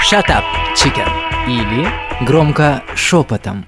Shut up, chicken. Или громко шепотом.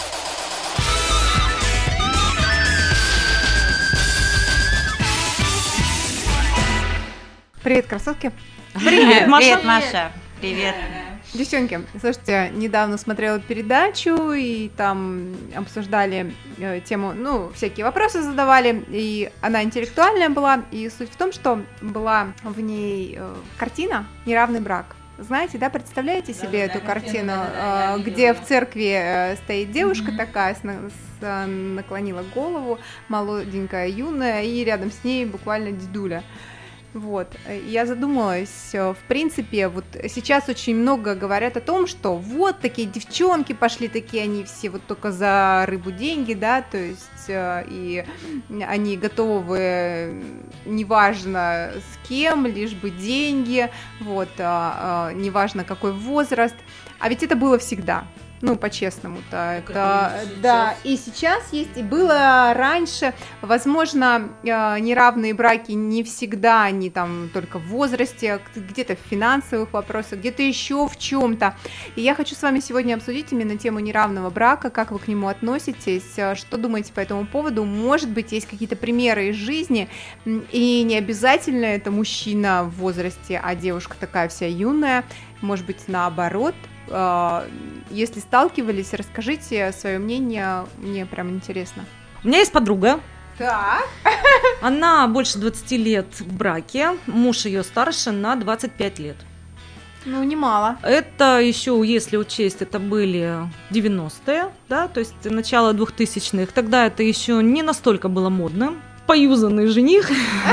Привет, красотки. Привет, Маша. Привет, Маша. Привет. Девчонки, слушайте, недавно смотрела передачу, и там обсуждали тему, всякие вопросы задавали, и она интеллектуальная была, и суть в том, что была в ней картина «Неравный брак». Знаете, да, представляете себе эту картину, где в церкви стоит девушка такая, наклонила голову, молоденькая, юная, и рядом с ней буквально дедуля. Вот, я задумалась, в принципе, вот сейчас очень много говорят о том, что вот такие девчонки пошли, такие они все вот только за рыбу деньги, да, то есть и они готовы, неважно с кем, лишь бы деньги, вот, неважно какой возраст, а ведь это было всегда. По-честному-то, это, да, и сейчас есть, и было раньше, возможно, неравные браки не всегда, они там только в возрасте, где-то в финансовых вопросах, где-то еще в чем-то, и я хочу с вами сегодня обсудить именно тему неравного брака, как вы к нему относитесь, что думаете по этому поводу, может быть, есть какие-то примеры из жизни, и не обязательно это мужчина в возрасте, а девушка такая вся юная, может быть, наоборот. Если сталкивались, расскажите свое мнение, мне прям интересно. У меня есть подруга. Так. Она больше 20 лет в браке, муж ее старше на 25 лет. Немало. Это еще, если учесть, это были 90-е, да, то есть начало 2000-х. Тогда это еще не настолько было модным. Поюзанный жених,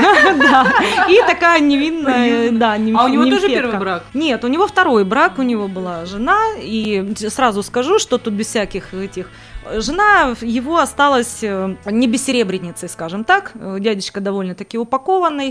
и такая невинная, да, нимфетка. А у него тоже первый брак? Нет, у него второй брак, у него была жена, и сразу скажу, что тут без всяких этих... Жена его осталась не бессеребренницей, скажем так, дядечка довольно-таки упакованный,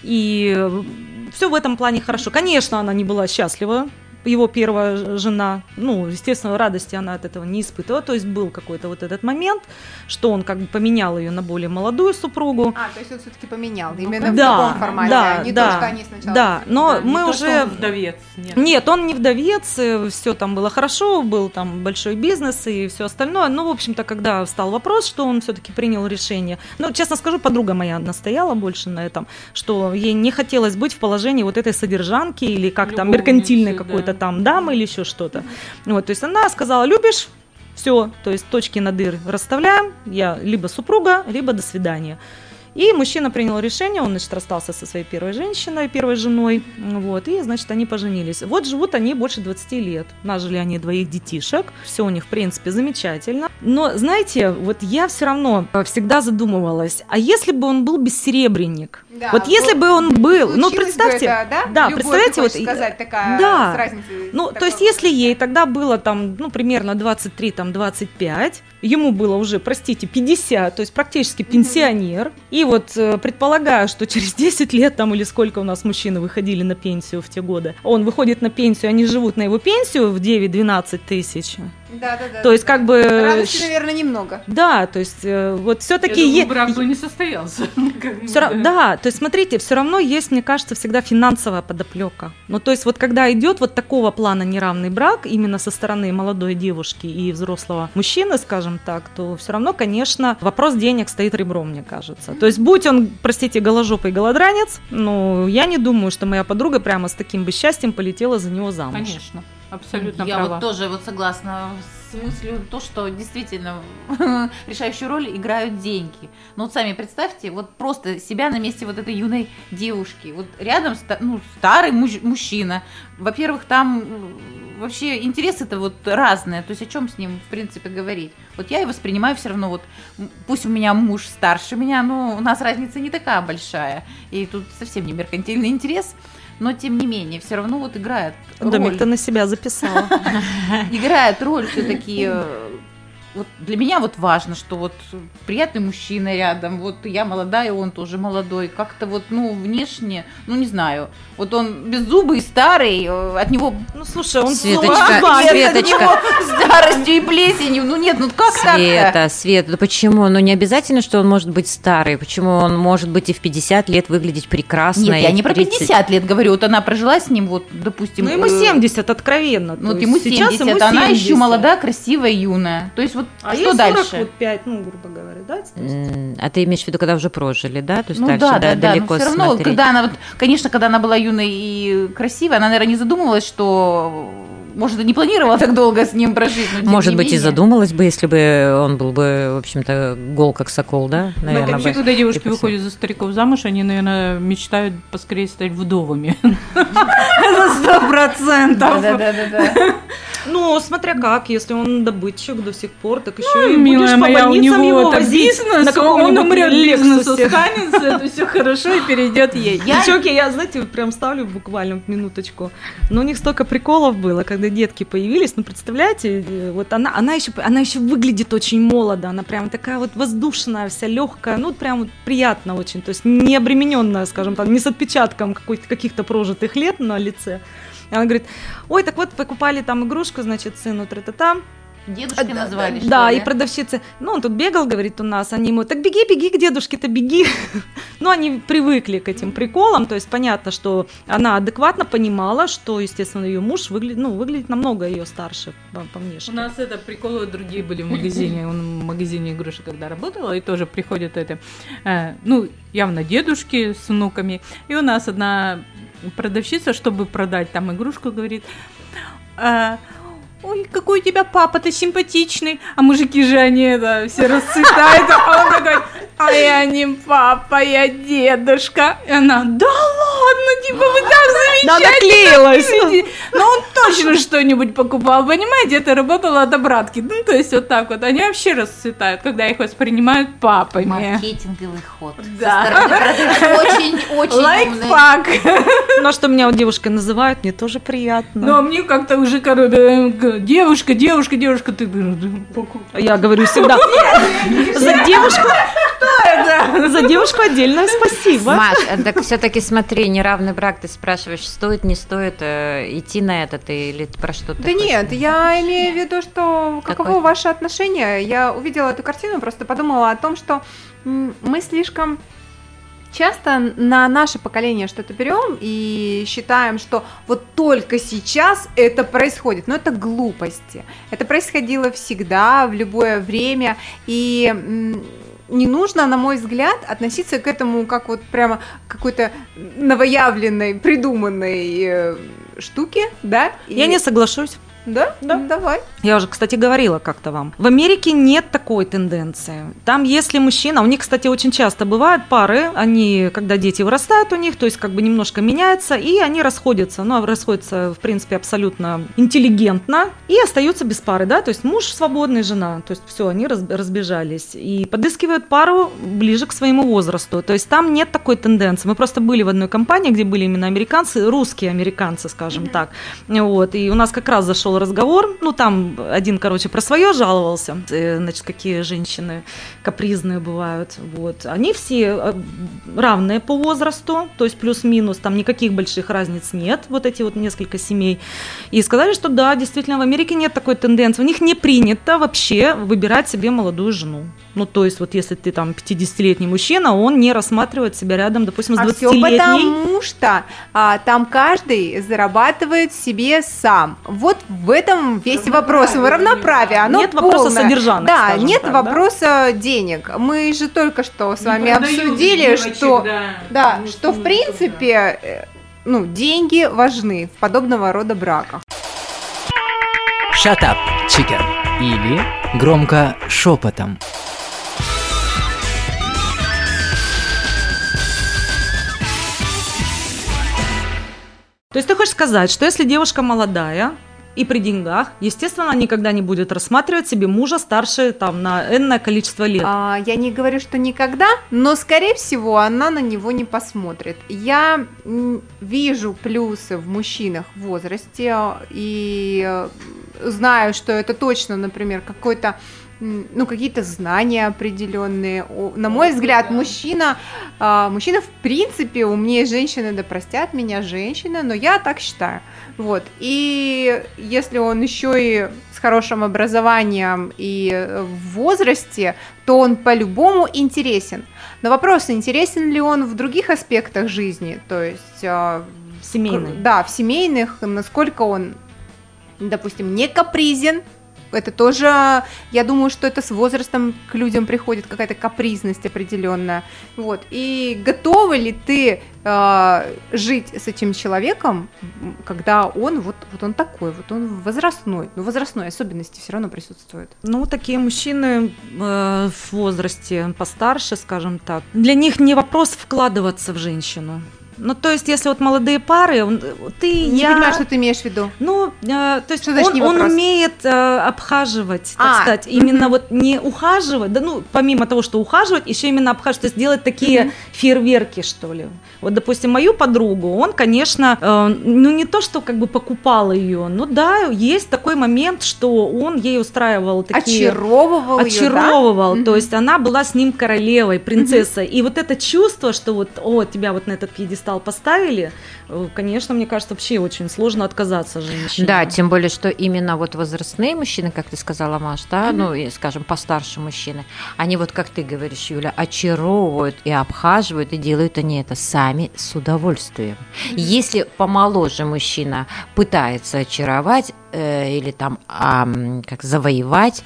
и все в этом плане хорошо. Конечно, она не была счастлива, его первая жена, естественно, радости она от этого не испытывала, то есть был какой-то вот этот момент, что он как бы поменял ее на более молодую супругу. То есть он все-таки поменял, именно в таком формате, не то, что они сначала... Да, но мы не уже... То, что он вдовец. Нет, он не вдовец, все там было хорошо, был там большой бизнес и все остальное, в общем-то, когда встал вопрос, что он все-таки принял решение, честно скажу, подруга моя настояла больше на этом, что ей не хотелось быть в положении вот этой содержанки или как там меркантильной какой-то там дамы или еще что-то. Вот, то есть она сказала: любишь, все, то есть точки над «и» расставляем, я либо супруга, либо до свидания. И мужчина принял решение, он, расстался со своей первой женщиной, первой женой, вот, и, они поженились. Вот живут они больше 20 лет, нажили они 2 детишек, все у них, в принципе, замечательно. Но, знаете, вот я все равно всегда задумывалась, а если бы он был бессеребренник? Да, вот если бы он был, представьте, это, да, любовь, представляете, вот, сказать, такая, да, с разницей, то есть если ей тогда было там, примерно 23-25, ему было уже, простите, 50, то есть практически пенсионер, и вот предполагаю, что через 10 лет там или сколько у нас мужчины выходили на пенсию в те годы, он выходит на пенсию, они живут на его пенсию в 9-12 тысяч. Да. То есть как бы... Радости, наверное, немного. Да, то есть вот все-таки... брак бы не состоялся. Да, то есть смотрите, все равно есть, мне кажется, всегда финансовая подоплека. То есть вот когда идет вот такого плана неравный брак, именно со стороны молодой девушки и взрослого мужчины, скажем так, то все равно, конечно, вопрос денег стоит ребром, мне кажется. То есть будь он, простите, голожопый голодранец, я не думаю, что моя подруга прямо с таким бы счастьем полетела за него замуж. Конечно. Абсолютно я права. вот тоже согласна с мыслью, то, что действительно решающую роль играют деньги. Сами представьте, вот просто себя на месте вот этой юной девушки. Вот рядом старый мужчина. Во-первых, там вообще интересы-то вот разные. То есть о чем с ним, в принципе, говорить? Вот я и воспринимаю все равно, вот пусть у меня муж старше меня, но у нас разница не такая большая. И тут совсем не меркантильный интерес. Но, тем не менее, все равно вот играет роль. Домик ты на себя записала. Играет роль все-таки вот для меня вот важно, что вот приятный мужчина рядом, вот я молодая, он тоже молодой, как-то вот, ну, внешне, ну, не знаю, вот он беззубый, старый, от него... Ну, слушай, он Светочка, от него старостью и плесенью, ну, нет, ну, как так-то? Света, почему? Ну, не обязательно, что он может быть старый, почему он может быть и в 50 лет выглядеть прекрасно. Нет, я и не в про 30. 50 лет говорю, вот она прожила с ним, вот, допустим... Ну, ему 70, откровенно. Ну, то ему есть сейчас 70, ему она 70. еще молодая, красивая, юная. То есть вот А что ей дальше? 45, ну, грубо говоря, да? А ты имеешь в виду, когда уже прожили, да? То есть Ну дальше да, далеко но все равно, смотреть. когда она вот, конечно, когда она была юной и красивой, она, наверное, не задумывалась, что, может, и не планировала так долго с ним прожить. Но, тем Может не быть, и менее. задумалась бы, если бы он был бы, в общем-то, гол как сокол, да? Ну, Наверное, вообще, бы. когда девушки Припасла. выходят за стариков замуж, они, наверное, мечтают поскорее стать вдовами. Это 100%. Да. Ну, смотря как, если он добытчик до сих пор, так еще и Милая будешь по моя, у больницам его него это возить бизнес, на он каком-нибудь умрет, бизнес Лексусе. останется, это все хорошо и перейдет ей. Девчонки, я, знаете, прям ставлю буквально минуточку. Но у них столько приколов было, когда детки появились. Ну, представляете, вот она еще выглядит очень молодо, она прям такая вот воздушная, вся легкая, ну, прям вот приятно очень, то есть не обремененная, скажем так, не с отпечатком каких-то прожитых лет на лице. Она говорит: ой, так вот покупали там игрушку, значит, сыну, тра-та-та. Дедушкой назвали, что Да, ли? и продавщица, ну, он тут бегал, говорит, у нас, они ему: так беги к дедушке-то, беги. Ну, они привыкли к этим приколам, то есть понятно, что она адекватно понимала, что, естественно, ее муж выглядит намного ее старше по У внешне. нас это приколы другие были в магазине. Он в магазине игрушек когда работала, и тоже приходят ну, явно дедушки с внуками. И у нас одна продавщица, чтобы продать там игрушку, говорит: ой, какой у тебя папа-то симпатичный. А мужики же они все расцветают. А он такой: а я не папа, я дедушка. И она: да ладно, типа вы так Да, замечательно наклеилась. выглядите. Но он точно что-нибудь покупал, понимаете? Это работало от обратки. Ну, то есть вот так вот. Они вообще расцветают, когда их воспринимают папами. Маркетинговый ход. Да. Со стороны продавца очень умный. Лайфхак. Ну, а что меня вот девушкой называют, мне тоже приятно. Но мне как-то уже, девушка, ты Я говорю всегда: за девушку, за девушку отдельное спасибо. Маш, так все-таки смотри, неравный брак, ты спрашиваешь, стоит, не стоит идти на этот или про что ты Да хочешь? нет, я имею в виду, что каково Какой? ваше отношение. Я увидела эту картину, просто подумала о том, что мы слишком часто на наше поколение что-то берем и считаем, что вот только сейчас это происходит. Но это глупости. Это происходило всегда, в любое время. И не нужно, на мой взгляд, относиться к этому как вот прямо какой-то новоявленной, придуманной штуке, да? Я не соглашусь. Да? Да. Давай. Я уже, кстати, говорила как-то вам. В Америке нет такой тенденции. Там, если мужчина... У них, кстати, очень часто бывают пары, они, когда дети вырастают у них, то есть как бы немножко меняется, и они расходятся. Ну, расходятся, в принципе, абсолютно интеллигентно и остаются без пары, да, то есть муж свободный, жена, то есть все, они разбежались. И подыскивают пару ближе к своему возрасту. То есть там нет такой тенденции. Мы просто были в одной компании, где были именно американцы, русские американцы, скажем так. Вот, и у нас как раз зашел разговор, ну, там один, короче, про свое жаловался, значит, какие женщины капризные бывают, вот. Они все равные по возрасту, то есть плюс-минус, там никаких больших разниц нет, вот эти вот несколько семей. И сказали, что да, действительно, в Америке нет такой тенденции, у них не принято вообще выбирать себе молодую жену. Ну, то есть, вот если ты там 50-летний мужчина, он не рассматривает себя рядом, допустим, с 20-летней. А все потому что там каждый зарабатывает себе сам. Вот в этом весь вопрос. Равноправие. Оно Нет вопроса полное. содержания, Да, скажем нет так, да? вопроса денег. Мы же только что с вами обсудили, что, да, что в принципе, деньги важны в подобного рода браках. Shut up, chicken. Или громко шепотом. То есть ты хочешь сказать, что если девушка молодая и при деньгах, естественно, она никогда не будет рассматривать себе мужа старше там на энное количество лет. Я не говорю, что никогда, но, скорее всего, она на него не посмотрит. Я вижу плюсы в мужчинах в возрасте и знаю, что это точно, например, какой-то ну, какие-то знания определенные. На мой взгляд, мужчина, в принципе, умнее женщины, да простят меня женщины, но я так считаю. Вот. И если он еще и с хорошим образованием и в возрасте, то он по-любому интересен. Но вопрос, интересен ли он в других аспектах жизни, то есть... Семейный. Да, в семейных, насколько он, допустим, не капризен. Это тоже, я думаю, что это с возрастом к людям приходит какая-то капризность определенная. Вот. И готова ли ты жить с этим человеком, когда он вот он такой, вот он возрастной. Ну, возрастной особенности все равно присутствуют. Ну, такие мужчины в возрасте постарше, скажем так, для них не вопрос вкладываться в женщину. Ну, то есть, если вот молодые пары, Не понимаю, что ты имеешь в виду. Ну, то есть что значит он умеет обхаживать, так сказать, именно вот не ухаживать, да, ну, помимо того, что ухаживать, еще именно обхаживать, то есть делать такие фейерверки, что ли. Вот, допустим, мою подругу, он, конечно, ну, не то, что как бы покупал ее, но да, есть такой момент, что он ей устраивал такие... Очаровывал ее, да? То есть она была с ним королевой, принцессой, и вот это чувство, что вот, тебя вот на этот пьедестал поставили, конечно, мне кажется, вообще очень сложно отказаться женщине. Да, тем более, что именно вот возрастные мужчины, как ты сказала, Маш, да, ну, и, скажем, постарше мужчины, они вот, как ты говоришь, Юля, очаровывают и обхаживают, и делают они это сами с удовольствием. Если помоложе мужчина пытается очаровать или там как завоевать,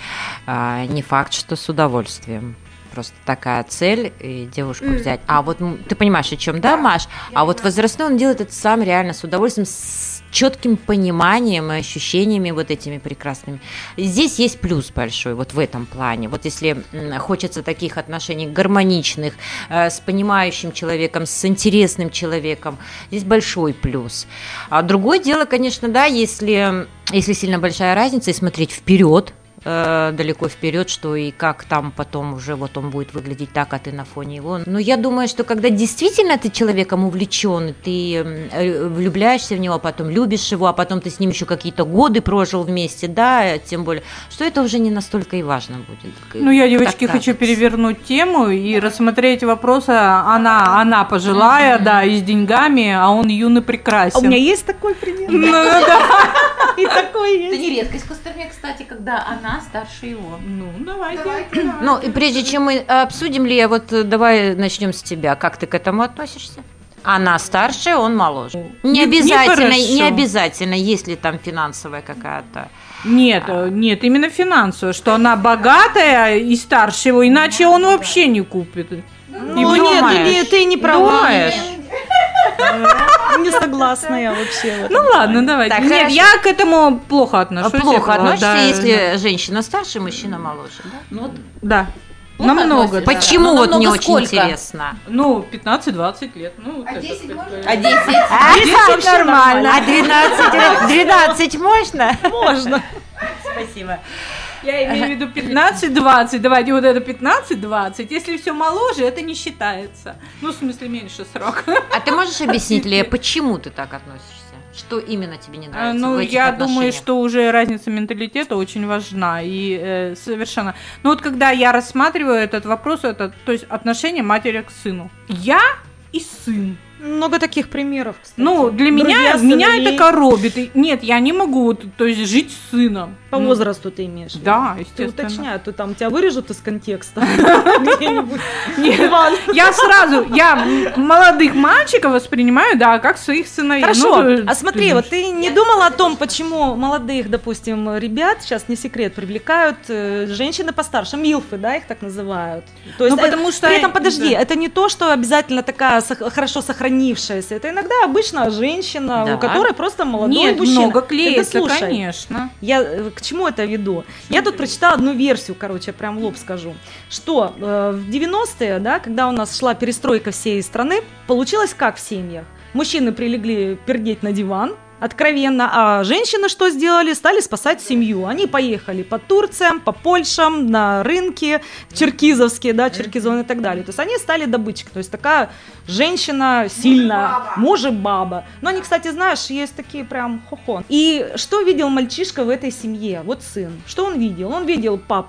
не факт, что с удовольствием. Просто такая цель, и девушку взять. А вот ты понимаешь, о чем, да, Маш? А вот возрастной он делает это сам реально с удовольствием, с четким пониманием и ощущениями вот этими прекрасными. Здесь есть плюс большой вот в этом плане. Вот если хочется таких отношений гармоничных, с понимающим человеком, с интересным человеком, здесь большой плюс. А другое дело, конечно, да, если сильно большая разница, и смотреть вперед, далеко вперед, что и как там потом уже вот он будет выглядеть так, а ты на фоне его. Но я думаю, что когда действительно ты человеком увлечен, ты влюбляешься в него, а потом любишь его, а потом ты с ним еще какие-то годы прожил вместе, да, тем более, что это уже не настолько и важно будет. Ну, я, девочки, хочу перевернуть тему и рассмотреть вопрос, она пожилая, да, и с деньгами, а он юный прекрасен. А у меня есть такой пример. Ну, да. И такой есть. Это не редкость в Костроме, кстати, когда она старше его. Ну, давайте. Ну, и прежде чем мы обсудим, Лия, вот давай начнем с тебя. Как ты к этому относишься? Она старше, он моложе. Не обязательно, если там финансовая какая-то. Нет, именно финансово, что она богатая и старше его, иначе он вообще не купит. Ну, нет, ты не права. Не согласна я вообще. Ну ладно, давайте. Так, нет, хорошо. я к этому плохо отношусь. Плохо относишься, да, если женщина старше, мужчина моложе, да? Ну, Да. Плохо Намного. относишься? Да. Почему Ну, вот не намного очень сколько? интересно? Ну, 15-20 лет. Ну, А 10 можно? а 10? 10 нормально. А 12 можно? Можно. Спасибо. Я имею в виду 15-20. Давайте вот это 15-20. Если все моложе, это не считается. Ну, в смысле, меньше срок. А ты можешь объяснить, Лия, почему ты так относишься? Что именно тебе не нравится Ну, в этих я отношениях? думаю, что уже разница менталитета очень важна. И совершенно. Ну, вот когда я рассматриваю этот вопрос, то есть отношение матери к сыну. Я и сын. Много таких примеров, кстати. Ну, для меня сыновей. это коробит. И нет, я не могу вот, то есть, жить с сыном. По возрасту ты имеешь в виду? Да, Ты естественно. уточняй, а то там тебя вырежут из контекста. Где-нибудь. Нет, я молодых мальчиков воспринимаю, да, как своих сыновей. Хорошо, Ну, а смотри, вот ты не думала о том, почему молодых, допустим, ребят, сейчас не секрет, привлекают женщины постарше, милфы, да, их так называют. То есть, потому что... При этом, подожди, да. это не то, что обязательно такая хорошо сохранившаяся, это иногда обычно женщина, Да. у которой просто молодой Нет, мужчина. много Это, клеится, слушай, конечно. Я к чему это веду? Я тут прочитала одну версию, короче, прям в лоб скажу, что в 90-е, да, когда у нас шла перестройка всей страны, получилось как в семьях? Мужчины прилегли пердеть на диван, откровенно, а женщины что сделали? Стали спасать семью. Они поехали по Турциям, по Польшам, на рынки черкизовские, да, черкизон и так далее. То есть они стали добытчиком. То есть такая женщина сильная, муж и баба. Но они, кстати, знаешь, есть такие прям хо-хо. И что видел мальчишка в этой семье? Вот сын. Что он видел? Он видел папу,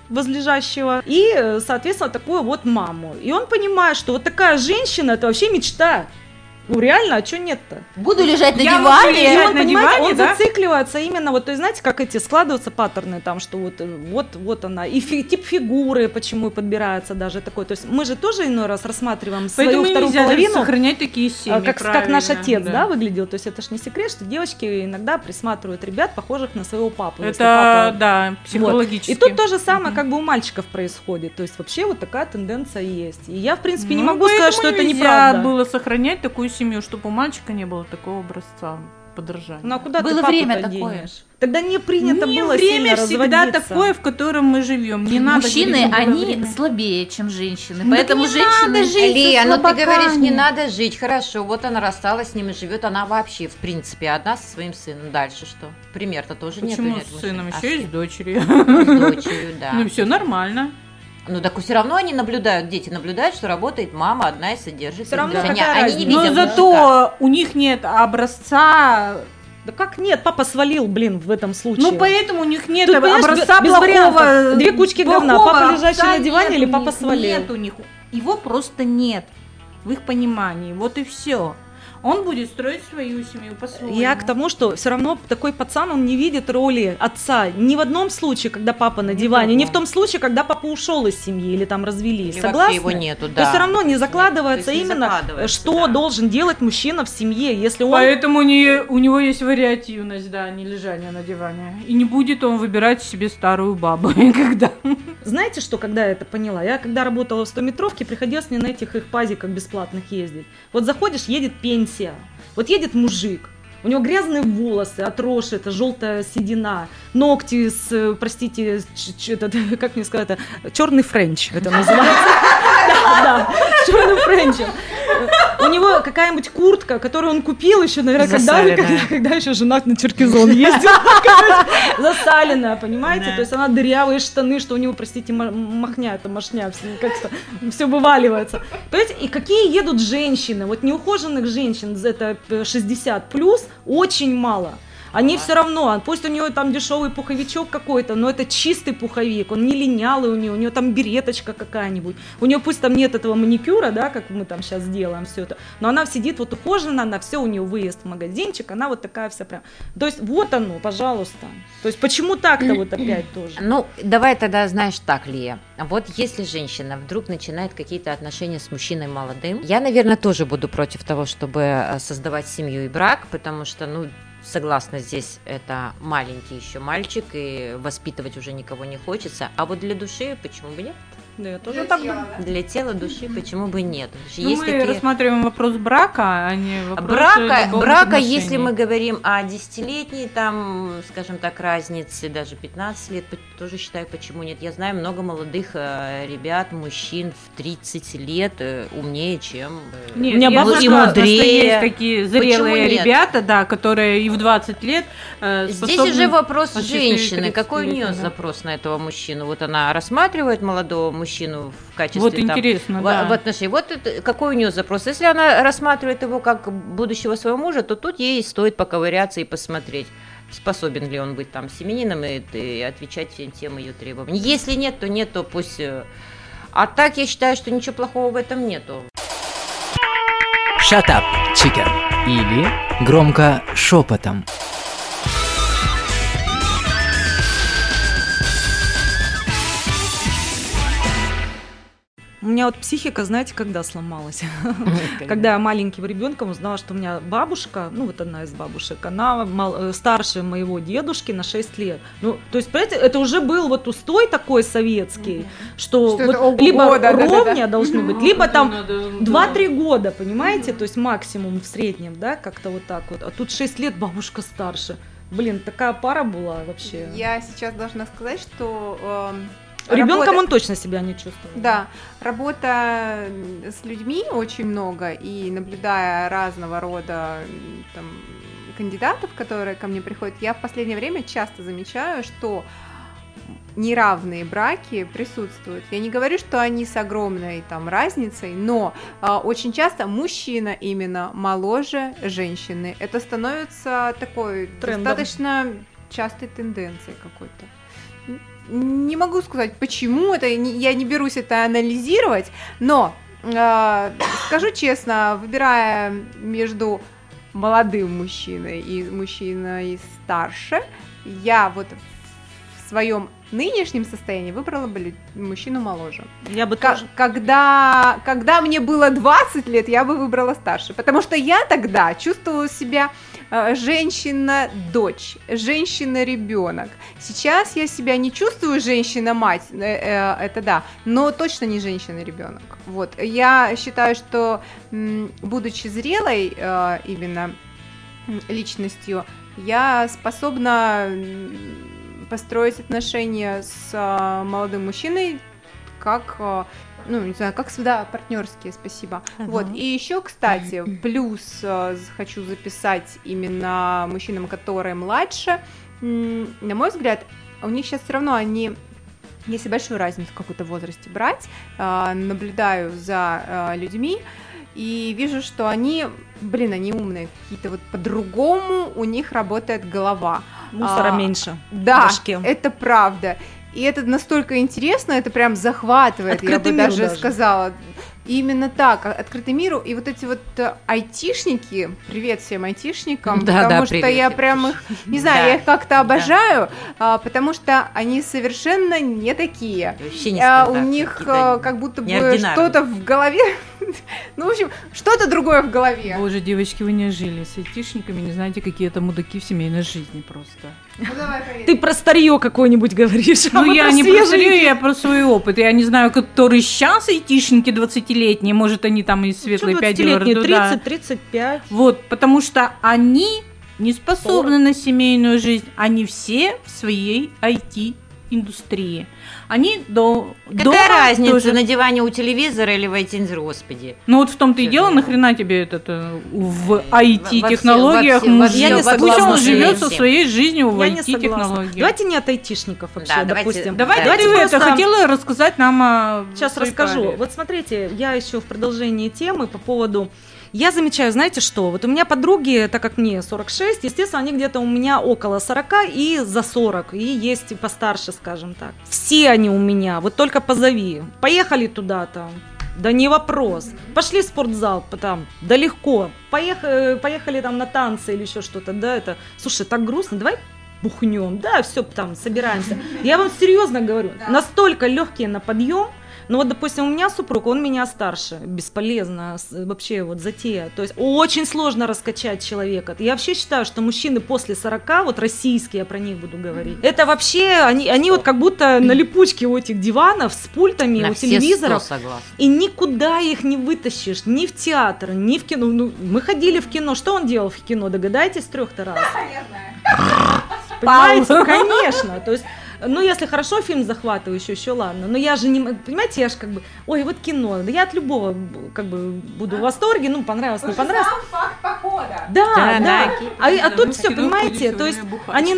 возлежащего и, соответственно, такую вот маму. И он понимает, что вот такая женщина – это вообще мечта. Ну, реально, а что нет-то? Буду лежать на Я диване. буду И лежать он, на понимаете, диване, он да? зацикливается именно, вот, то есть, знаете, как эти складываются паттерны там, что вот она, и тип фигуры, почему подбирается даже такой, то есть мы же тоже иной раз рассматриваем свою Поэтому вторую нельзя половину, сохранять такие семьи, как наш правильно, отец, да, выглядел, то есть это ж не секрет, что девочки иногда присматривают ребят, похожих на своего папу. если Это, папа- да, психологически. И тут то же самое как бы у мальчиков происходит, то есть вообще вот такая тенденция есть. И я, в принципе, не могу сказать, что это неправда. Нельзя было сохранять такую семью, чтобы у мальчика не было такого образца подражания. Ну а куда Было ты папу-то время такое. денешь? Тогда не принято Не было время сильно всегда разводиться. такое, в котором мы живем. Не надо Мужчины, говорить, что было они время. слабее, чем женщины. Ну, Поэтому так не женщины... надо жить. Лия, ну ты слабаками. говоришь, не надо жить, хорошо, вот она рассталась с ним и живет, она вообще, в принципе, одна со своим сыном. Дальше что? Пример-то тоже нет. Почему с сыном? Еще и с дочерью. с дочерью, да. Ну, все нормально. Ну так все равно они наблюдают, дети наблюдают, что работает мама одна и содержит. Всё равно То есть какая они не разница? Но видят мужика. зато у них нет образца. Да как нет? Папа свалил, блин, в этом случае. Ну, поэтому у них нет Тут, понимаешь, образца без плохого. вариантов. Две кучки говна. плохого Папа, лежащий отца, на диване, нет или у папа них, свалил? Нет у них. Его просто нет в их понимании. Вот и все. Он будет строить свою семью по-своему. Я к тому, что все равно такой пацан, он не видит роли отца ни в одном случае, когда папа на диване, ни в том случае, когда папа ушел из семьи или там развелись. Или Согласны? вообще его нету, да. То есть все равно не закладывается то есть не именно, закладывается, что да. должен делать мужчина в семье, если он... Поэтому у него есть вариативность, да, не лежание на диване. И не будет он выбирать себе старую бабу никогда. Знаете, что, когда я это поняла? Я когда работала в 100-метровке, приходилось мне на этих их пазиках бесплатных ездить. Вот заходишь, едет пенсия, вот едет мужик, у него грязные волосы, отросшие, это желтая седина, ногти с, простите, как мне сказать, черный френч это называется. Да, с черным френчем. У него какая-нибудь куртка, которую он купил еще, наверное, когда еще женат на Черкизон ездил. Засаленная, понимаете? То есть она дырявые штаны, что у него, простите, махня, это мошня, как-то все вываливается. Понимаете? И какие едут женщины, вот неухоженных женщин, это 60 плюс, очень мало. Они все равно, пусть у него там дешевый пуховичок какой-то, но это чистый пуховик, он не линялый у него там береточка какая-нибудь, у нее пусть там нет этого маникюра, да, как мы там сейчас делаем все это, но она сидит вот ухожена, она все, у нее выезд в магазинчик, она вот такая вся прям, то есть вот оно, пожалуйста, то есть почему так-то вот опять тоже? Ну, давай тогда, знаешь, так, Лия, вот если женщина вдруг начинает какие-то отношения с мужчиной молодым, я, наверное, тоже буду против того, чтобы создавать семью и брак, потому что, ну, согласна, здесь это маленький еще мальчик, и воспитывать уже никого не хочется. А вот для души почему бы нет? Да, я тоже так думаю. Для тела, души почему бы нет? Ну, мы рассматриваем вопрос брака, а не вопрос Брака, если мы говорим о 10-летней, там, скажем так, разнице, даже 15 лет, тоже считаю, почему нет. Я знаю много молодых ребят, мужчин в 30 лет умнее, чем нет, у меня я бабушка согласна, что мудрее. есть такие зрелые нет? ребята, да, которые и в 20 лет Здесь уже вопрос осчастливить женщины. Какой у нее 30-летнего, да. запрос на этого мужчину? Вот она рассматривает молодого мужчину в качестве Вот там, интересно, да. в отношении. Вот это, какой у нее запрос? Если она рассматривает его как будущего своего мужа, то тут ей стоит поковыряться и посмотреть, способен ли он быть там семенином и отвечать всем тем ее требованиям. Если нет, то пусть. А так я считаю, что ничего плохого в этом нету. Shut up, chicken. Или громко шепотом. У меня вот психика, знаете, когда сломалась? Когда я маленьким ребенком узнала, что у меня бабушка, ну вот одна из бабушек, она старше моего дедушки на 6 лет. Ну, то есть, понимаете, это уже был вот устой такой советский, что Что вот это ого-го, либо да-да-да. ровня должны быть, либо там Надо, 2-3 года, понимаете, то есть максимум в среднем, да, как-то вот так вот. А тут 6 лет бабушка старше. Блин, такая пара была вообще. Я сейчас должна сказать, что Ребенком работа- он точно себя не чувствовал. Да, работа с людьми очень много, и наблюдая разного рода там, кандидатов, которые ко мне приходят, я в последнее время часто замечаю, что неравные браки присутствуют. Я не говорю, что они с огромной там разницей, но очень часто мужчина именно моложе женщины. Это становится такой Трендом. достаточно частой тенденцией какой-то. не могу сказать, почему это, я не берусь это анализировать, но скажу честно, выбирая между молодым мужчиной и мужчиной старше, я вот в своем нынешнем состоянии выбрала бы мужчину моложе. Я бы тоже. Когда мне было 20 лет, я бы выбрала старше, потому что я тогда чувствовала себя женщина-дочь, женщина-ребенок. Сейчас я себя не чувствую женщина-мать, это да, но точно не женщина-ребенок. Вот. Я считаю, что, будучи зрелой именно личностью, я способна построить отношения с молодым мужчиной как, ну, не знаю, как всегда, партнерские, спасибо. Вот, и еще, кстати, плюс хочу записать именно мужчинам, которые младше, на мой взгляд, у них сейчас все равно если большую разницу в какой-то возрасте брать, наблюдаю за людьми, и вижу, что они умные, какие-то вот по-другому у них работает голова. Мусора меньше. Да, в башке. это правда. И это настолько интересно, это прям захватывает, Открытый я бы мир даже сказала. Именно так, открытый миру. И вот эти вот айтишники, привет всем айтишникам, потому что я прям их, не знаю, я их как-то обожаю, потому что они совершенно не такие. У них как будто бы что-то в голове, ну, в общем, что-то другое в голове. Боже, девочки, вы не жили с айтишниками, не знаете, какие это мудаки в семейной жизни просто. Ну, давай, ты про старье какое-нибудь говоришь. Ну, я не про старье, я про свой опыт. Я не знаю, которые сейчас айтишники 20-летние, может, они там из светлой пяди во рту. 30-35. Вот, потому что они не способны на семейную жизнь, они все в своей IT-индустрии. Они Какая разница, тоже на диване у телевизора или в iTunes, господи? Ну вот в том-то и дело, нахрена тебе в IT-технологиях мужчина? Пусть он живет со своей жизнью в IT-технологиях. Давайте не от айтишников вообще, допустим. Давайте ты это хотела рассказать нам о... Сейчас расскажу. Вот смотрите, я еще в продолжении темы по поводу... Я замечаю, знаете что, вот у меня подруги, так как мне 46, естественно, они где-то у меня около 40 и за 40, и есть и постарше, скажем так. Все они у меня, вот только позови. Поехали туда-то, да не вопрос. Пошли в спортзал, там, да легко. Поехали там на танцы или еще что-то, да, это... Слушай, так грустно, давай бухнем, да, все там, собираемся. Я вам серьезно говорю, настолько легкие на подъем. Ну вот, допустим, у меня супруг, он меня старше, бесполезно вообще вот затея. То есть очень сложно раскачать человека. Я вообще считаю, что мужчины после 40, вот российские, я про них буду говорить, это вообще, они вот как будто на липучке у этих диванов с пультами, у телевизоров. И никуда их не вытащишь, ни в театр, ни в кино. Ну, мы ходили в кино, что он делал в кино, догадаетесь, 3 раз? Да, я знаю. Понимаете, конечно, то есть... Ну, если хорошо фильм захватывающий, еще ладно. Но я же не... Понимаете, я же как бы... Ой, вот кино. Да я от любого как бы буду в восторге. Ну, понравилось, не понравилось. Сам факт похода. Да. А тут все, понимаете, то есть они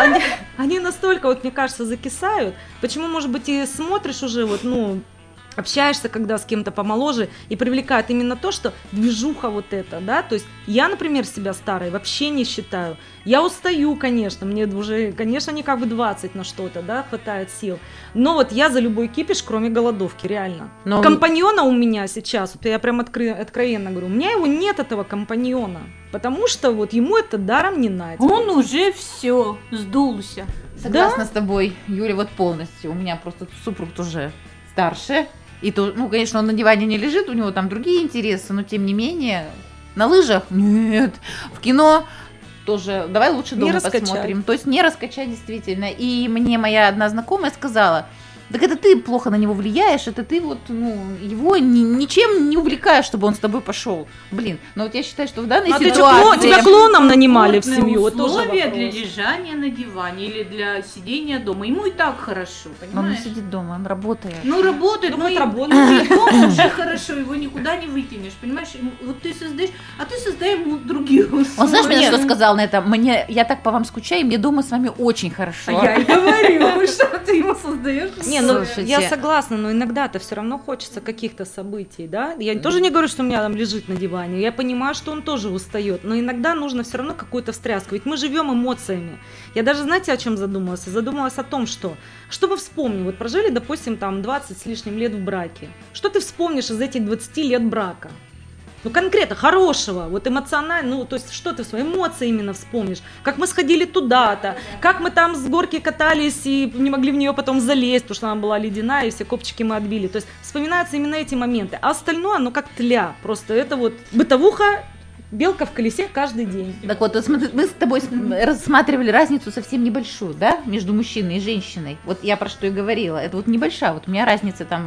настолько, вот мне кажется, закисают. Почему, может быть, и смотришь уже вот, ну... общаешься, когда с кем-то помоложе, и привлекает именно то, что движуха вот эта, да, то есть я, например, себя старой вообще не считаю, я устаю, конечно, мне уже, конечно, не как бы 20 на что-то, да, хватает сил, но вот я за любой кипиш, кроме голодовки, реально. Но... Компаньона у меня сейчас, вот я прям откровенно говорю, у меня его нет, этого компаньона, потому что вот ему это даром не надо. Он уже все сдулся. Согласна с тобой, Юля, вот полностью, у меня просто супруг тоже старше. И то, ну, конечно, он на диване не лежит, у него там другие интересы, но тем не менее, на лыжах нет, в кино тоже, давай лучше дома посмотрим. То есть не раскачать действительно. И мне моя одна знакомая сказала, так это ты плохо на него влияешь, это ты вот, ну, его ничем не увлекаешь, чтобы он с тобой пошел. Блин, но вот я считаю, что в данной ситуации... Тебя клоном нанимали в семью, вот тоже условия для лежания на диване или для сидения дома. Ему и так хорошо, понимаешь? Он не сидит дома, он работает. Ну, работает, но и дома уже хорошо, его никуда не выкинешь, понимаешь? Вот ты создаешь, а ты создай ему других условия. Он знаешь, мне что сказал на это? Я так по вам скучаю, мне дома с вами очень хорошо. А я и говорю, что ты ему создаешь. Не, ну, Слушайте. я согласна, но иногда-то все равно хочется каких-то событий, да? Я тоже не говорю, что у меня там лежит на диване, я понимаю, что он тоже устает, но иногда нужно все равно какую-то встряску, ведь мы живем эмоциями. Я даже, знаете, о чем задумалась? Задумалась о том, что мы вспомним, вот прожили, допустим, там 20 с лишним лет в браке, что ты вспомнишь из этих 20 лет брака? Ну, конкретно, хорошего, вот эмоционально, ну, то есть, что ты свои эмоции именно вспомнишь, как мы сходили туда-то, как мы там с горки катались и не могли в нее потом залезть, потому что она была ледяная, и все копчики мы отбили, то есть, вспоминаются именно эти моменты, а остальное, ну, как тля, просто это вот бытовуха, белка в колесе каждый день. Так вот, мы с тобой рассматривали разницу совсем небольшую, да, между мужчиной и женщиной. Вот я про что и говорила. Это вот небольшая. Вот у меня разница там,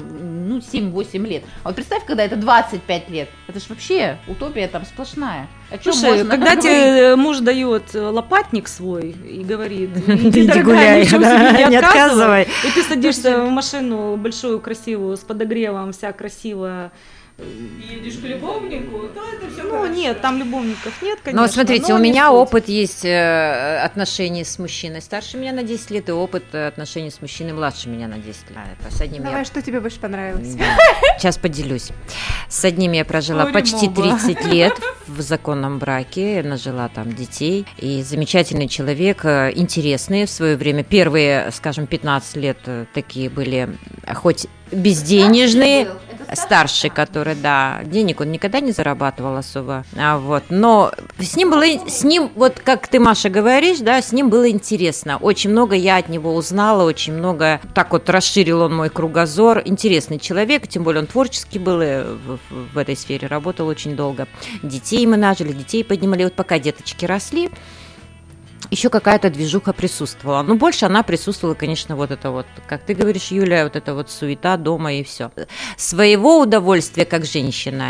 7-8 лет. А вот представь, когда это 25 лет. Это ж вообще утопия там сплошная. О чем Слушай, можно когда говорить? тебе муж дает лопатник свой и говорит, Иди дорогая, гуляй, ничего да, себе не отказывай. и ты садишься в машину большую, красивую, с подогревом, вся красивая, Едешь к любовнику, то это все ну нет, там любовников нет, конечно. Но смотрите, но у не меня суть. опыт есть отношений с мужчиной старше меня на 10 лет, и опыт отношений с мужчиной младше меня на 10 лет. С одним Давай, я... что тебе больше понравилось? Да. Сейчас поделюсь. С одним я прожила Ори, почти моба. 30 лет в законном браке, нажила там детей. И замечательный человек, интересный в свое время. Первые, скажем, 15 лет такие были, хоть безденежные, старший, который, да, денег он никогда не зарабатывал особо, но с ним, вот как ты, Маша, говоришь, да, с ним было интересно, очень много я от него узнала, очень много, так вот расширил он мой кругозор, интересный человек, тем более он творческий был и в этой сфере работал очень долго, детей мы нажили, детей поднимали, вот пока деточки росли, еще какая-то движуха присутствовала. Но больше она присутствовала, конечно, вот это вот, как ты говоришь, Юля, вот это вот суета дома и все. Своего удовольствия как женщина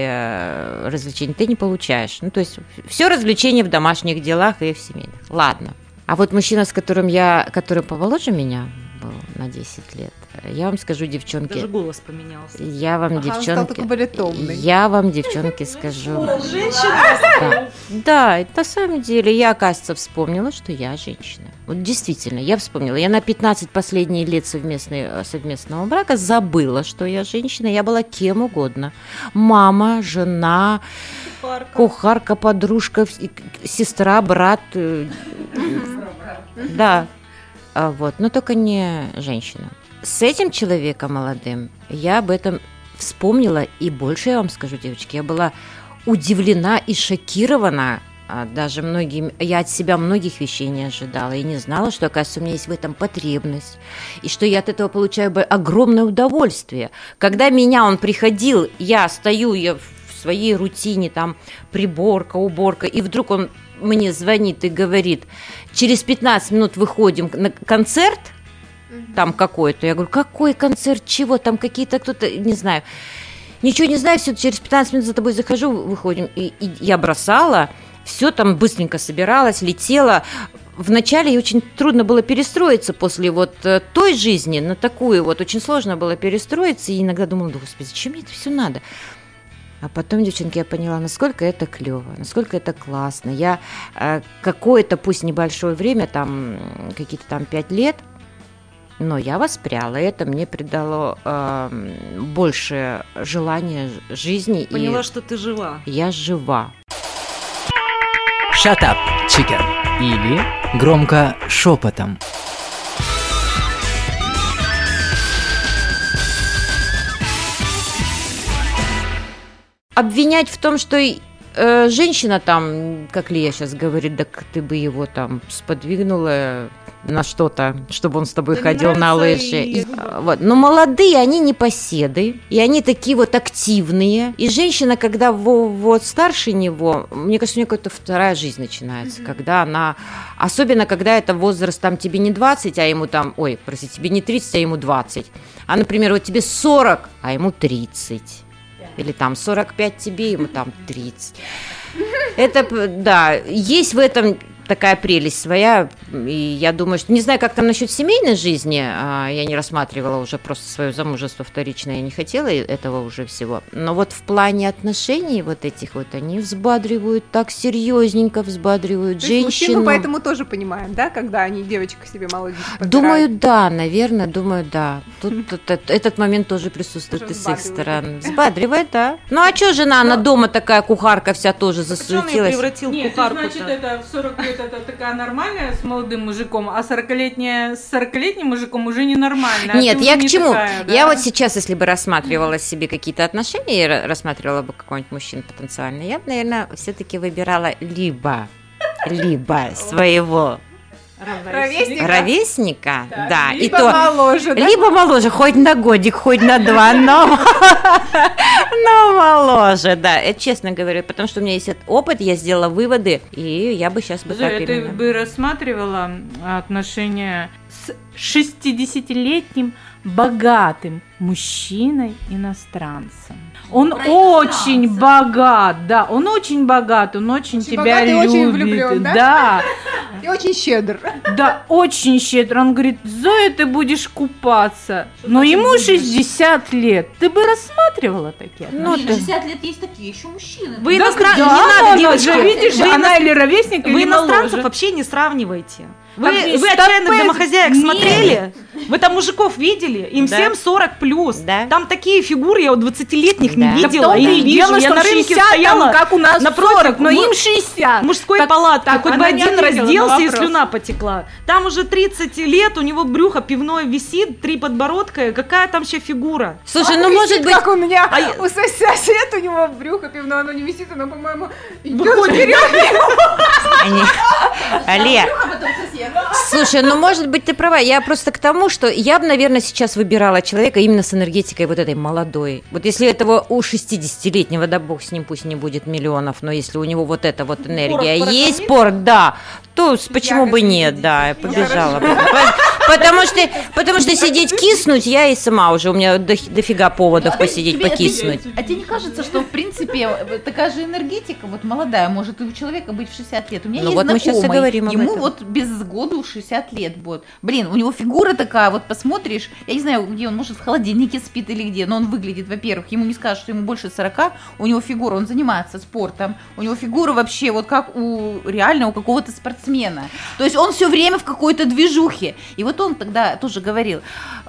и развлечений ты не получаешь. Ну, то есть все развлечения в домашних делах и в семейных. Ладно. А вот мужчина, который помоложе меня был на 10 лет, я вам скажу, девчонки... Даже голос поменялся. Я вам, Он стал девчонки... такой баритонный. Я вам, девчонки, скажу... Женщина? Да, на самом деле я, оказывается, вспомнила, что я женщина. Вот действительно, я вспомнила. Я на 15 последних лет совместного брака забыла, что я женщина. Я была кем угодно. Мама, жена, кухарка, подружка, сестра, брат. Да, вот, но только не женщина. С этим человеком молодым я об этом вспомнила, и больше я вам скажу, девочки, я была удивлена и шокирована, даже я от себя многих вещей не ожидала, и не знала, что, оказывается, у меня есть в этом потребность, и что я от этого получаю огромное удовольствие. Когда он приходил, я стою, я в своей рутине, там, приборка, уборка, и вдруг он мне звонит и говорит, через 15 минут выходим на концерт, там какой-то. Я говорю, какой концерт, чего, там какие-то кто-то, не знаю. Ничего не знаю, все, через 15 минут за тобой захожу, выходим. И я бросала, все там быстренько собиралась, летела. Вначале очень трудно было перестроиться после вот той жизни на такую вот. Очень сложно было перестроиться, и иногда думала, да, господи, зачем мне это все надо? А потом, девчонки, я поняла, насколько это клево, насколько это классно. Я какое-то, пусть небольшое время, там какие-то там 5 лет, но я воспряла, и это мне придало больше желания жизни. Поняла, и что ты жива. я жива. Shut up, chicken. Или громко шепотом. Обвинять в том, что женщина там, как Лия сейчас говорит, так ты бы его там сподвигнула на что-то, чтобы он с тобой Да ходил на нравится лыжи. и- Вот. Но молодые, они непоседы, и они такие вот активные. И женщина, когда вот старше него, мне кажется, у нее какая-то вторая жизнь начинается, когда она, особенно когда это возраст, там тебе не 20, а ему там, тебе не 30, а ему 20. А, например, вот тебе 40, а ему 30. Или там 45 тебе, ему там 30. Это, да, есть в этом такая прелесть своя, и я думаю, что, не знаю, как там насчет семейной жизни, я не рассматривала уже просто свое замужество вторичное, я не хотела этого уже всего, но вот в плане отношений вот этих вот, они взбадривают, так серьезненько взбадривают То есть мужчин мы женщину. поэтому тоже понимаем, да, когда они девочек себе молоденьких подбирают? Думаю, да, наверное, думаю, да. Тут этот момент тоже присутствует Тоже и с их взбадривает. стороны. Взбадривает, да. Ну а что жена, она дома такая кухарка вся тоже Почему он её засуетилась. превратил в Нет, кухарку-то? значит, это в 40 лет это такая нормальная с молодым мужиком, а 40-летняя с 40-летним мужиком уже ненормальная. Нет, Ты я уже к не чему? такая, да? Я вот сейчас, если бы рассматривала себе какие-то отношения, и рассматривала бы какого-нибудь мужчину потенциально, я бы, наверное, все-таки выбирала либо своего Ровесника? ровесника, да, и Либо то моложе, да? либо моложе, хоть на годик, хоть на 2, но моложе, да, это честно говорю, потому что у меня есть этот опыт, я сделала выводы, и я бы сейчас бы так Зоя, ты именно. бы рассматривала отношения с 60-летним богатым мужчиной-иностранцем? Он очень богат, да, он очень богат, он очень тебя богат и любит. очень влюблён, да? Да, И очень щедр. да, очень щедро. Он говорит: Зоя, ты будешь купаться, но ему 60 лет. Ты бы рассматривала такие Ну, Блин, ты- 60 лет есть такие еще мужчины. Вы Да, иностран... да, не надо, она девочки, же, видишь, вы она или ровесник, Вы или иностранцев моложе. вообще не сравнивайте. Вы Так ведь отчаянных стопэ- домохозяек Нет. смотрели? Вы там мужиков видели? Им Да. всем 40 плюс. Да. Там такие фигуры я у 20-летних Да. не Да видела. в И том-то не и вижу. дело, Я что на рынке 60 стояла там, как у нас напротив 40, но им 60. в мужской Так- палатке, так хоть бы она не один ответила на разделся и вопрос. слюна потекла. Там уже 30 лет, у него брюхо пивное висит, 3 подбородка. Какая там еще фигура? Слушай, ну может быть, Как у меня А я- у сосед у него брюхо пивное, оно не висит, оно, по-моему, идет Выходит. вперед. они... Олег, слушай, ну может быть ты права, я просто к тому, что я бы, наверное, сейчас выбирала человека именно с энергетикой вот этой молодой. Вот если этого у 60-летнего, да бог с ним, пусть не будет миллионов, но если у него вот эта вот энергия порох есть, порох, да, то почему бы нет, да, я побежала бы. Потому что сидеть киснуть я и сама уже, у меня дофига поводов посидеть, покиснуть. А тебе не кажется, что в принципе такая же энергетика, вот молодая, может и у человека быть в 60 лет? У меня Ну есть вот мы сейчас и знакомый, говорим об ему этом. вот без году 60 лет будет. Блин, у него фигура такая, вот посмотришь, я не знаю, где он, может в холодильнике спит или где, но он выглядит, во-первых, ему не скажешь, что ему больше 40, у него фигура, он занимается спортом, у него фигура вообще вот как у реального какого-то спортсмена. То есть он все время в какой-то движухе. И вот он тогда тоже говорил,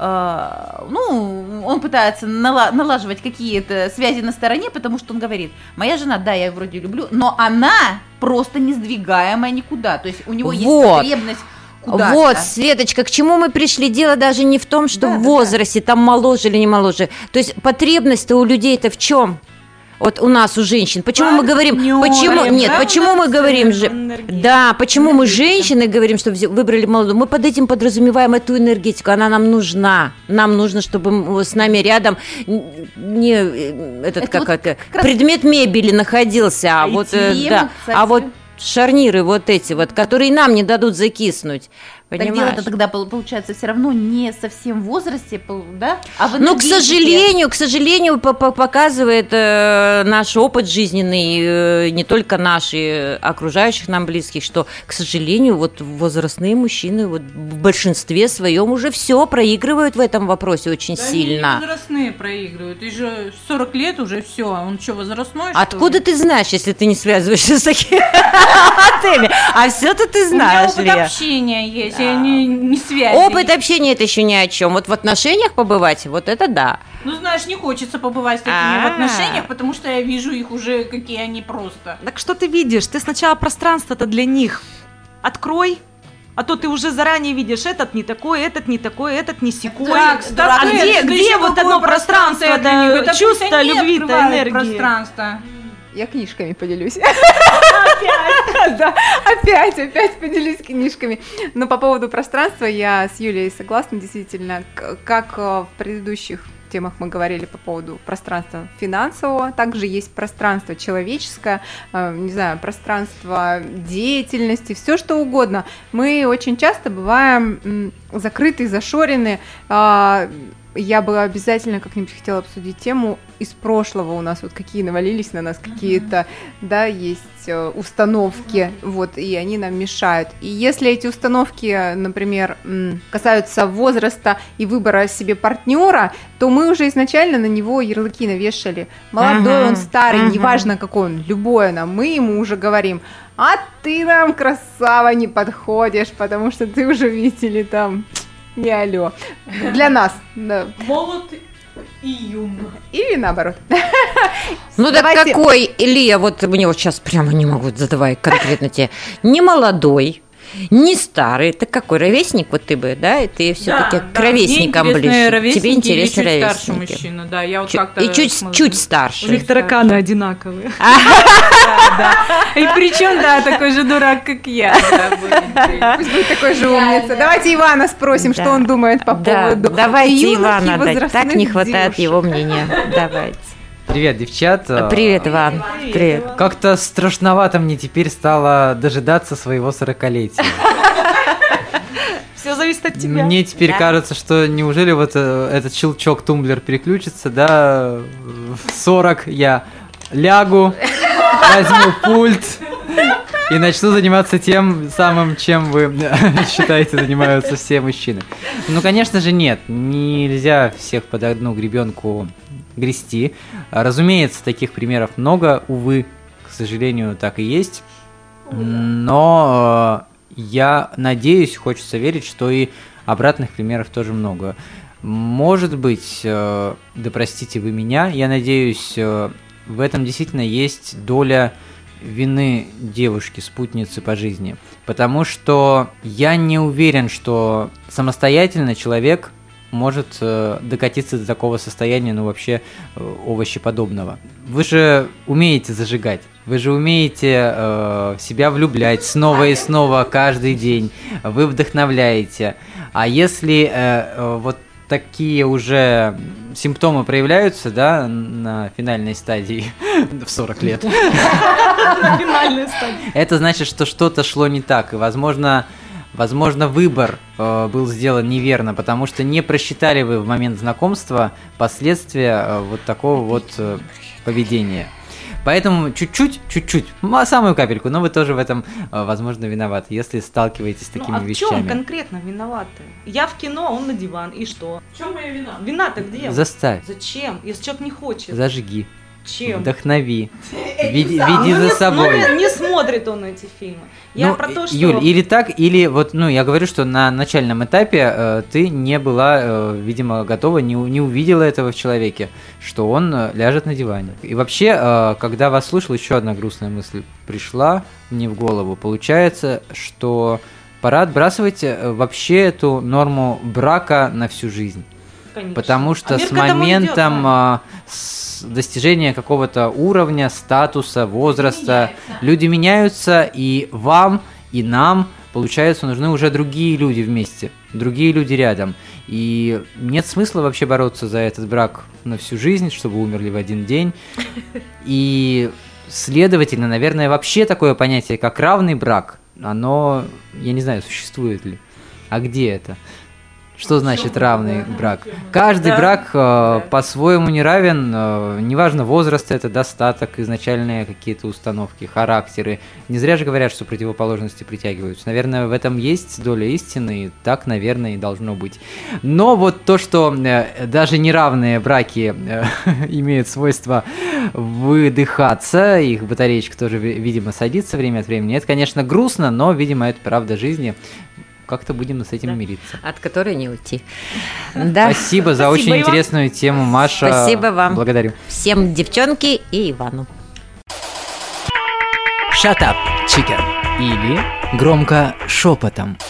ну, он пытается налаживать какие-то связи на стороне, потому что он говорит: моя жена, да, я ее вроде люблю, но она просто не сдвигаемая никуда. То есть у него есть Вот. потребность куда-то. Вот, Светочка, к чему мы пришли? Дело даже не в том, что Да, в да, возрасте, там моложе или не моложе. То есть потребность-то у людей-то в чем? Вот у нас, у женщин. Почему мы говорим, почему, нет, почему мы говорим же, да, почему мы женщины говорим, что выбрали молодую? Мы под этим подразумеваем эту энергетику, она нам нужна. Нам нужно, чтобы с нами рядом не этот, Это как вот это, как раз предмет мебели находился, а и вот, тема, да, кстати. а вот шарниры вот эти вот, которые нам не дадут закиснуть. Так Понимаешь? дело-то тогда получается все равно не совсем в возрасте, да? А в Ну, к энергетике. сожалению, показывает наш опыт жизненный, не только наш, и окружающих нам близких, что, к сожалению, вот возрастные мужчины вот в большинстве своем уже все проигрывают в этом вопросе очень Да сильно. они возрастные проигрывают. И же 40 лет уже все. Он что, возрастной? Откуда ты знаешь, если ты не связываешься с такими темами? А все-то ты У меня знаешь, опыт Лия. общения есть, я не связи. Опыт общения – это еще ни о чем. Вот в отношениях побывать, вот это да. Ну, знаешь, не хочется побывать с такими в А-а-а. отношениях, потому что я вижу их уже, какие они просто. Так что ты видишь? Ты сначала пространство-то для них открой, а то ты уже заранее видишь, этот не такой, этот не такой, этот не секой. Так, А где вот одно пространство, да, чувство любви-то, энергии? Пространство. Я книжками поделюсь. Да, опять поделюсь книжками. Но по поводу пространства я с Юлей согласна, действительно, как в предыдущих темах мы говорили по поводу пространства финансового, также есть пространство человеческое, не знаю, пространство деятельности, все что угодно. Мы очень часто бываем закрыты, зашорены я бы обязательно как-нибудь хотела обсудить тему из прошлого у нас, вот какие навалились на нас какие-то, да, есть установки, вот, и они нам мешают. И если эти установки, например, касаются возраста и выбора себе партнера, то мы уже изначально на него ярлыки навешали. Молодой он, старый, неважно какой он, любое нам, мы ему уже говорим: а ты нам, красава, не подходишь, потому что ты уже, видите ли, там не алё. Для нас, да. Молод и юн. Или наоборот. Ну да какой, Илья, вот мне вот сейчас прямо не могу, задавай конкретно тебе. Не молодой, не старый, ты какой ровесник, вот ты бы, да, и ты все-таки к ровесникам ближе. Тебе интересны ровесники. ровесники. Мужчина, да, я вот И как-то чуть старше. У них тараканы одинаковые. Да. И причем, да, такой же дурак, как я. Пусть будет такой же умница. Давайте Ивана спросим, Да. что он думает по Да, поводу давайте юных и Ивана дать, так возрастных не хватает девушек. его мнения. Давайте. Привет, девчата. Привет, Иван. Привет. Как-то страшновато мне теперь стало дожидаться своего 40-летия. Все зависит от тебя. Мне теперь Да. кажется, что неужели вот этот щелчок тумблер переключится, да, в 40 я лягу, возьму пульт и начну заниматься тем самым, чем вы считаете занимаются все мужчины. Ну, конечно же, нет, нельзя всех под одну гребенку грести. Разумеется, таких примеров много, увы, к сожалению, так и есть. Но я надеюсь, хочется верить, что и обратных примеров тоже много. Может быть, да простите вы меня, я надеюсь, в этом действительно есть доля вины девушки, спутницы по жизни. Потому что я не уверен, что самостоятельно человек может докатиться до такого состояния, ну вообще овощеподобного. Вы же умеете зажигать, вы же умеете себя влюблять снова и снова каждый день, вы вдохновляете. А если вот такие уже симптомы проявляются, да, на финальной стадии в 40 лет, Финальная стадия. это значит, что что-то шло не так, и, возможно, выбор был сделан неверно, потому что не просчитали вы в момент знакомства последствия вот такого вот поведения. Поэтому чуть-чуть, самую капельку, но вы тоже в этом, возможно, виноваты, если сталкиваетесь с такими Ну, а в вещами. чем конкретно виноваты? Я в кино, а он на диван. И что? В чем моя вина? Вина-то где? Заставь, Зачем? Если человек не хочет. зажги, Чем? вдохнови, веди Ну, за собой. Не смотрит он эти фильмы. Я Ну, про то, что... Юль, или так, или вот, ну, я говорю, что на начальном этапе ты не была, видимо, готова, не увидела этого в человеке, что он ляжет на диване. И вообще, когда вас слушал, еще одна грустная мысль пришла мне в голову. Получается, что пора отбрасывать вообще эту норму брака на всю жизнь. Конечно. Потому что А мир с к этому моментом идёт, Вань. достижения какого-то уровня, статуса, возраста, люди меняются, и вам, и нам, получается, нужны уже другие люди вместе, другие люди рядом. И нет смысла вообще бороться за этот брак на всю жизнь, чтобы умерли в один день. И, следовательно, наверное, вообще такое понятие, как равный брак, оно, я не знаю, существует ли. А где это? Что значит равный брак? Каждый брак по-своему не равен, неважно возраст, это достаток, изначальные какие-то установки, характеры. Не зря же говорят, что противоположности притягиваются. Наверное, в этом есть доля истины, и так, наверное, и должно быть. Но вот то, что даже неравные браки имеют свойство выдыхаться, их батареечка тоже, видимо, садится время от времени, это, конечно, грустно, но, видимо, это правда жизни. Как-то будем с этим мириться. От которой не уйти. Да. Спасибо за очень Иван. интересную тему, Маша. Спасибо вам. Благодарю. Всем девчонки и Ивану. Shut up, chicken. Или громко шепотом.